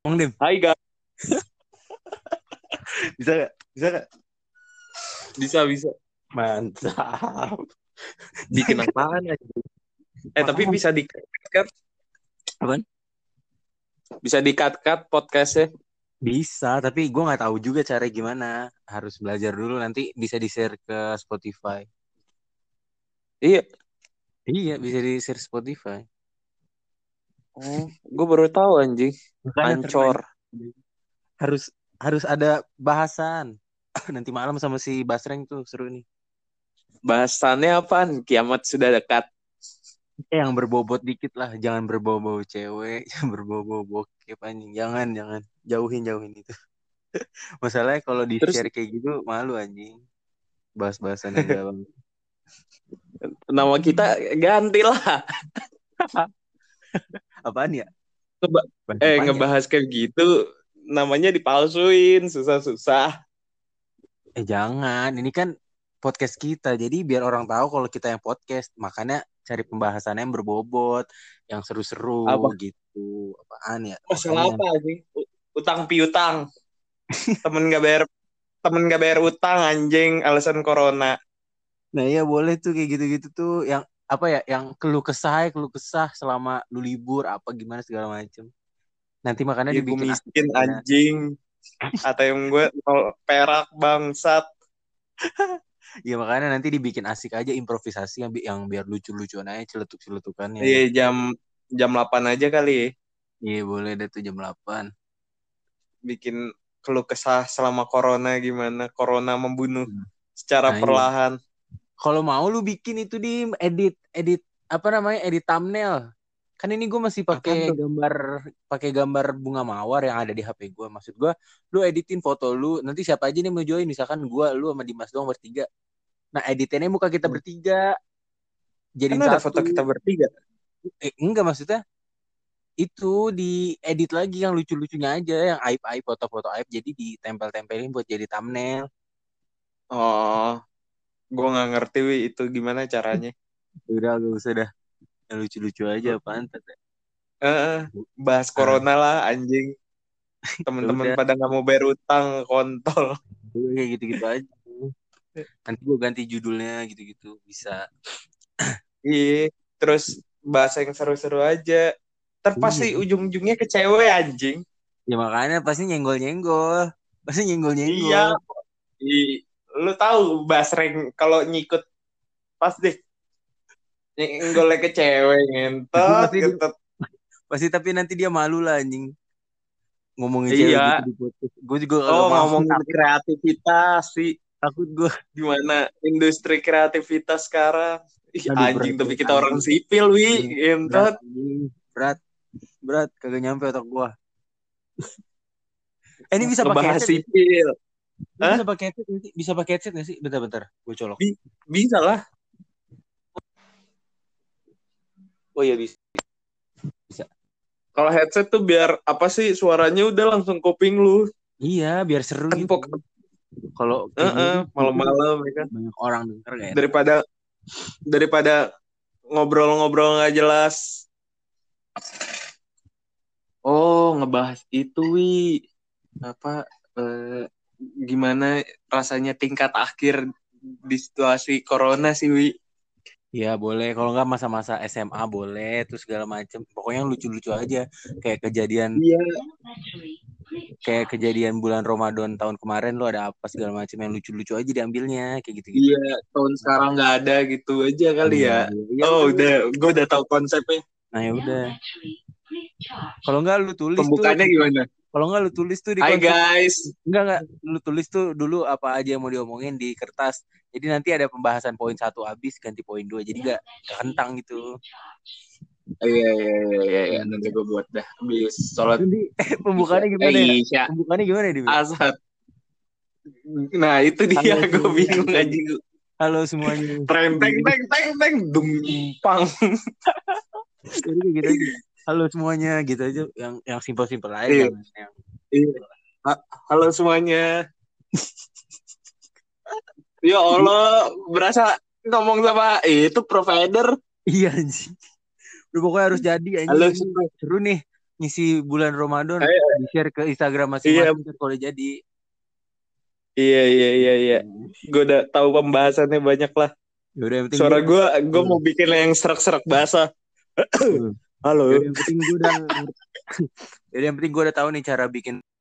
Ngomong Dim, Hai guys, bisa gak? Bisa gak? bisa Mantap. bikin apaan aja. Tapi Makanya bisa di-cut, apaan? bisa di-cut podcastnya. Bisa, tapi gue nggak tahu juga cara gimana. Harus belajar dulu, nanti bisa di-share ke Spotify. Iya. Iya, bisa di-share Spotify. Oh, gue baru tahu anjing. Makanya seru Ancor. aja. Harus harus ada bahasan. Nanti malam sama si Basreng tuh seru nih. Bahasannya apaan? Kiamat sudah dekat. Yang berbobot dikit lah, jangan berbau-bau cewek, jangan berbau-bau bokep anjing. Jangan. Jauhin itu. Masalahnya kalau Terus di-share kayak gitu malu anjing. Bahas-bahasan yang enggak bang. nama kita ganti lah. Apaan ya? Coba- Bahas apaan ya? ngebahas kayak gitu namanya dipalsuin, susah-susah. Jangan. Ini kan podcast kita. Jadi biar orang tahu kalau kita yang podcast. Makanya cari pembahasannya yang berbobot, yang seru-seru Apa? gitu. Apaan ya? Masalah Makanya. apa anjing? Utang piutang. Temen gak bayar temen gak bayar utang anjing alasan corona. Nah iya boleh tuh kayak gitu-gitu tuh. Yang apa ya? Yang keluh kesah selama lu libur apa gimana segala macem. Nanti makanya Ya gue dibikin asik miskin aja. anjing. Atau yang gue nol perak bangsat. Ya makanya nanti dibikin asik aja improvisasi yang biar lucu-lucuan aja celetuk-celetukannya. Iya jam jam 8 aja kali ya. Iya boleh deh tuh jam 8. Bikin keluh kesah selama corona gimana. Corona membunuh Hmm. secara Nah iya. perlahan. Kalau mau lu bikin itu di edit edit apa namanya edit thumbnail. Kan ini gue masih Apaan tuh? pakai gambar bunga mawar yang ada di HP gue. Maksud gue, lu editin foto lu. Nanti siapa aja nih mau join? Misalkan gue, lu sama Dimas doang bertiga. Nah editinnya muka kita bertiga, Kan jadiin ada foto kita satu. bertiga. Enggak maksudnya itu diedit lagi yang lucu-lucunya aja, yang aib-aib foto-foto aib jadi ditempel-tempelin buat jadi thumbnail. Oh, gue nggak ngerti wi itu gimana caranya. Udah gak usah dah, yang lucu-lucu aja apaan. Bahas Ah, corona lah anjing. ya Teman-teman udah pada nggak mau bayar utang kontol. kayak gitu-gitu aja. Nanti gue ganti judulnya gitu-gitu bisa. Iya, terus bahasa yang seru-seru aja. Ntar pasti Iya. ujung-ujungnya ke cewek anjing. Ya makanya pasti nyenggol-nyenggol. Pasti Iya, nyenggol-nyenggol. lu tahu Basreng kalau nyikut pas deh nyenggolnya ke cewek Tapi ngentot ngentot. pasti tapi nanti dia malu lah anjing ngomongin cewek gitu Iya, di podcast. Gue juga oh kagak mau ngomongin takut kreativitas sih, takut gue. gimana industri kreativitas sekarang. Ih Aduh anjing, berat tapi berat kita orang anjing. sipil wi Berat ngentot. anjing. Berat berat kagak nyampe otak gue. Ini bisa pakai Ngebahas headset gak sih? sipil. Ini Hah? bisa pakai headset gak sih? Bisa pakai headset gak sih? Bentar-bentar. Gue colok. Bisa lah. Oh iya bisa. Bisa. Kalau headset tuh biar apa sih, suaranya udah langsung kuping lu. Iya, biar seru Kan gitu. Kalau kayak gini kan itu malam-malam ya kan. banyak orang denger gak enak. Daripada daripada ngobrol-ngobrol nggak jelas. Oh, ngebahas itu wi apa eh, gimana rasanya tingkat akhir di situasi corona sih wi. Iya boleh, kalau nggak masa-masa SMA boleh, terus segala macem. Pokoknya yang lucu-lucu aja, kayak kejadian Iya, kayak kejadian bulan Ramadan tahun kemarin lo ada apa segala macem yang lucu-lucu aja diambilnya, kayak gitu-gitu. iya, tahun sekarang nggak ada gitu aja kali Iya, ya. iya, iya Oh, udah. udah, gue udah tahu konsepnya. Nah ya udah. Kalau nggak lu tulis tuh, Pembukaannya gimana? kalau nggak lu tulis tuh di Hai konsep, guys. enggak lu tulis tuh dulu apa aja yang mau diomongin di kertas. Jadi nanti ada pembahasan poin satu habis ganti poin dua, jadi nggak kentang gitu. Iya, iya, iya, iya, iya. Nanti gue buat dah. Habis sholat Nanti Isya. pembukaannya gimana ya? Isya. Pembukaannya gimana ya, Dim? Asad. Nah, itu dia. Halo Gue semuanya bingung gitu aja. anjing. Halo semuanya. Treng, teng, teng, teng, teng. Dumpang. Jadi kayak gitu aja. Halo semuanya gitu aja yang simpel-simpel aja Iya, jangan yang iya. Halo semuanya. Ya Allah, berasa ngomong sama itu provider. iya anjing. Udah pokoknya harus jadi Halo anjing ini semua. seru nih. ngisi bulan Ramadan Ayo. di-share ke Instagram Iya, masing-masing kalau jadi. iya. Gue udah tahu pembahasannya banyak lah. Yaudah yang penting Suara gue gue mau bikin yang serak-serak basah. Halo. Yaudah yang penting gue udah Yaudah yang penting gue udah tahu nih cara bikin